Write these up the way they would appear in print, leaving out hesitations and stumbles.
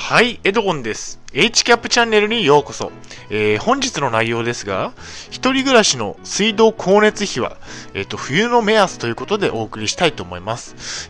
はい、エドゴンです。H キャップチャンネルにようこそ。本日の内容ですが、一人暮らしの水道光熱費は、冬の目安ということでお送りしたいと思います。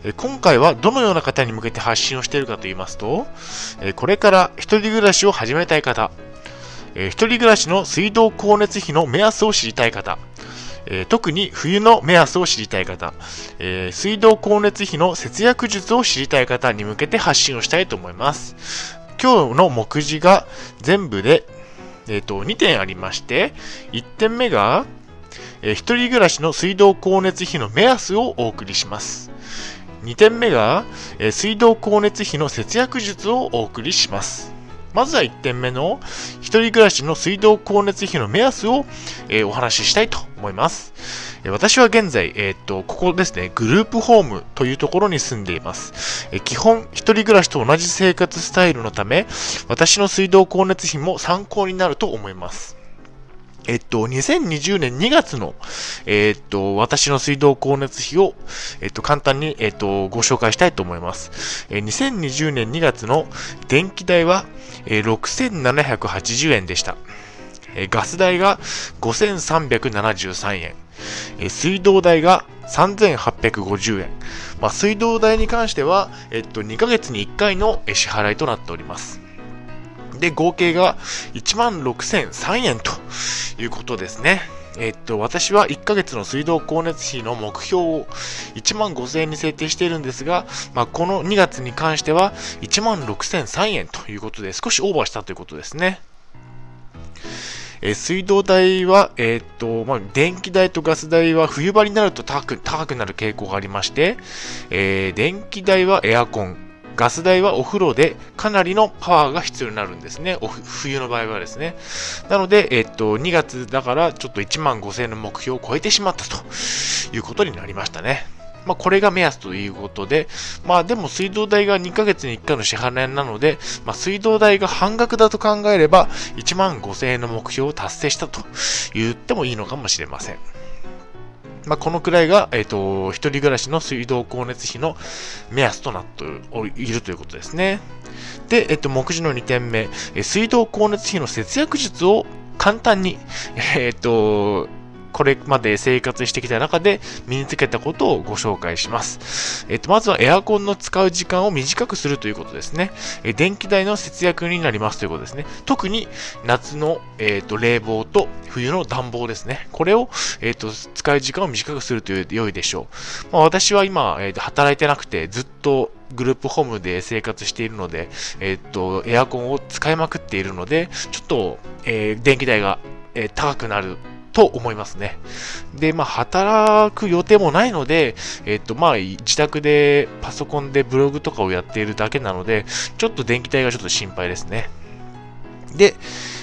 今回はどのような方に向けて発信をしているかと言いますと、これから一人暮らしを始めたい方、一人暮らしの水道光熱費の目安を知りたい方、特に冬の目安を知りたい方、水道光熱費の節約術を知りたい方に向けて発信をしたいと思います。今日の目次が全部で、2点ありまして、1点目が、一人暮らしの水道光熱費の目安をお送りします。2点目が、水道光熱費の節約術をお送りします。まずは1点目の一人暮らしの水道光熱費の目安を、お話ししたいと思います。私は現在、ここですね、グループホームというところに住んでいます。基本、一人暮らしと同じ生活スタイルのため、私の水道光熱費も参考になると思います。2020年2月の、私の水道光熱費を、簡単に、ご紹介したいと思います。2020年2月の電気代は、6780円でした。ガス代が5373円。水道代が3850円。水道代に関しては、2ヶ月に1回の支払いとなっております。で、合計が16,003円ということですね。私は1ヶ月の水道光熱費の目標を15,000円に設定しているんですが、この2月に関しては16,003円ということで少しオーバーしたということですね。水道代は、電気代とガス代は冬場になると高くなる傾向がありまして、電気代はエアコン、ガス代はお風呂でかなりのパワーが必要になるんですね。冬の場合はですね。なので、2月だからちょっと15,000円の目標を超えてしまったということになりましたね。これが目安ということで、でも水道代が2ヶ月に1回の支払いなので、水道代が半額だと考えれば、15,000円の目標を達成したと言ってもいいのかもしれません。このくらいが、一人暮らしの水道光熱費の目安となっているということですね。で、目次の2点目、水道光熱費の節約術を簡単に、これまで生活してきた中で身につけたことをご紹介します。まずはエアコンの使う時間を短くするということですね。電気代の節約になりますということですね。特に夏の、冷房と冬の暖房ですね。これを、使う時間を短くすると良いでしょう。私は今、働いてなくてずっとグループホームで生活しているので、エアコンを使いまくっているので、ちょっと、電気代が、高くなると思いますね。で、働く予定もないので、自宅でパソコンでブログとかをやっているだけなので、ちょっと電気代がちょっと心配ですね。で、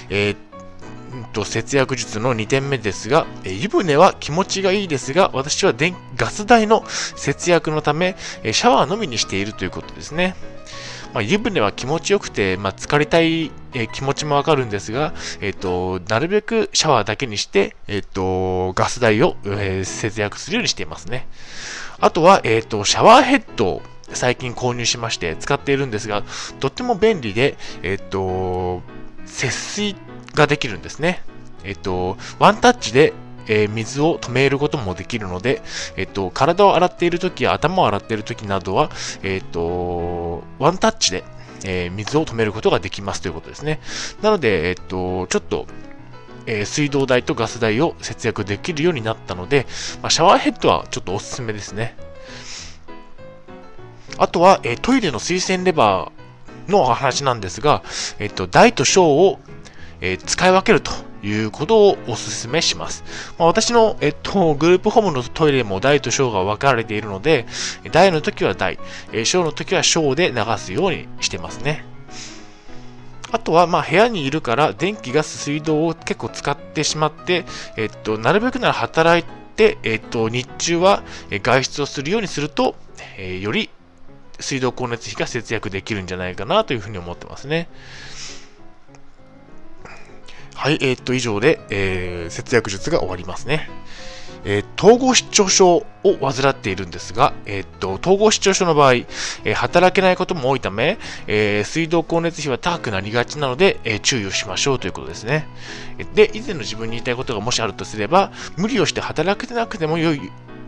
節約術の2点目ですが、湯船は気持ちがいいですが、私はガス代の節約のため、シャワーのみにしているということですね。湯船は気持ちよくて、浸かりたい、気持ちもわかるんですが、なるべくシャワーだけにして、ガス代を、節約するようにしていますね。あとは、シャワーヘッドを最近購入しまして使っているんですが、とっても便利で、節水ができるんですね。ワンタッチで水を止めることもできるので、体を洗っているときや頭を洗っているときなどは、ワンタッチで、水を止めることができますということですね。なので、ちょっと、水道代とガス代を節約できるようになったので、シャワーヘッドはちょっとおすすめですね。あとは、トイレの水洗レバーのお話なんですが、大と小を、使い分けるということをお勧めします。私の、グループホームのトイレも大と小が分かれているので、大の時は大、小の時は小で流すようにしてますね。あとは、部屋にいるから電気、ガス、水道を結構使ってしまって、なるべくなら働いて、日中は外出をするようにすると、より水道光熱費が節約できるんじゃないかなというふうに思ってますね。はい、以上で、節約術が終わりますね。 統合失調症を患っているんですが、統合失調症の場合、働けないことも多いため、水道光熱費は高くなりがちなので、注意をしましょうということですね。で、以前の自分に言いたいことがもしあるとすれば、無理をして働かなくても良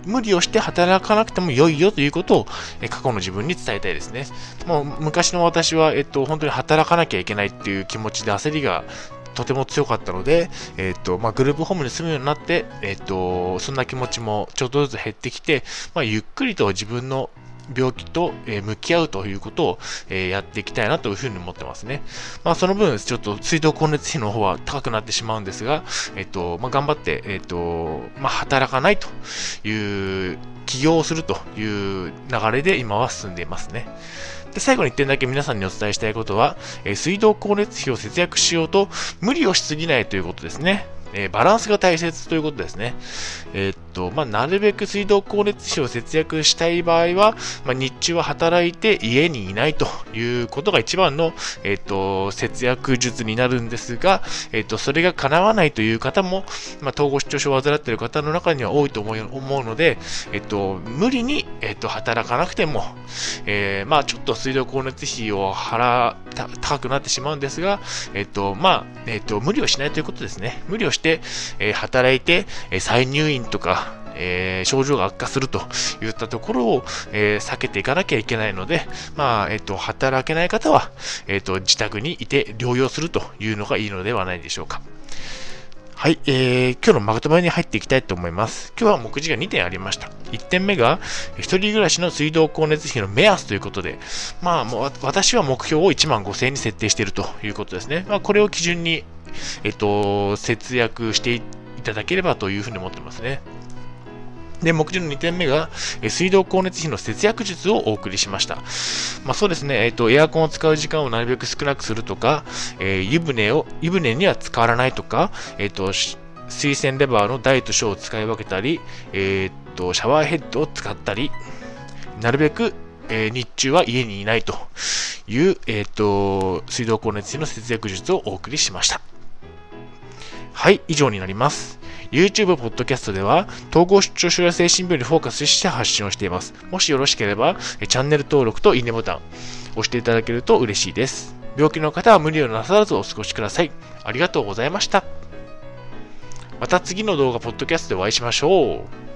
いよということを、過去の自分に伝えたいですね。もう昔の私は、本当に働かなきゃいけないっていう気持ちで焦りがとても強かったので、グループホームに住むようになって、そんな気持ちもちょっとずつ減ってきて、ゆっくりと自分の病気と向き合うということをやっていきたいなというふうに思ってますね。その分、ちょっと水道光熱費の方は高くなってしまうんですが、頑張って、働かないという、起業をするという流れで今は進んでいますね。で、最後に1点だけ皆さんにお伝えしたいことは、水道光熱費を節約しようと無理をしすぎないということですね。バランスが大切ということですね。なるべく水道光熱費を節約したい場合は、日中は働いて家にいないということが一番の、節約術になるんですが、それが叶わないという方も、統合失調症を患っている方の中には多いと思うので、無理に、働かなくても、ちょっと水道光熱費を高くなってしまうんですが、無理をしないということですね。無理をして、働いて、再入院とか、症状が悪化するといったところを、避けていかなきゃいけないので、働けない方は、自宅にいて療養するというのがいいのではないでしょうか。はい、今日のまとめに入っていきたいと思います。今日は目次が2点ありました。1点目が、一人暮らしの水道光熱費の目安ということで、もう私は目標を15,000円に設定しているということですね。これを基準に、節約していただければというふうに思ってますね。で、目次の2点目が、水道光熱費の節約術をお送りしました。そうですね、エアコンを使う時間をなるべく少なくするとか、湯船には浸からないとか、水洗レバーの大と小を使い分けたり、シャワーヘッドを使ったり、なるべく、日中は家にいないという、水道光熱費の節約術をお送りしました。はい、以上になります。YouTube、ポッドキャストでは、統合失調症や精神病にフォーカスして発信をしています。もしよろしければ、チャンネル登録といいねボタン、押していただけると嬉しいです。病気の方は無理をなさらずお過ごしください。ありがとうございました。また次の動画、ポッドキャストでお会いしましょう。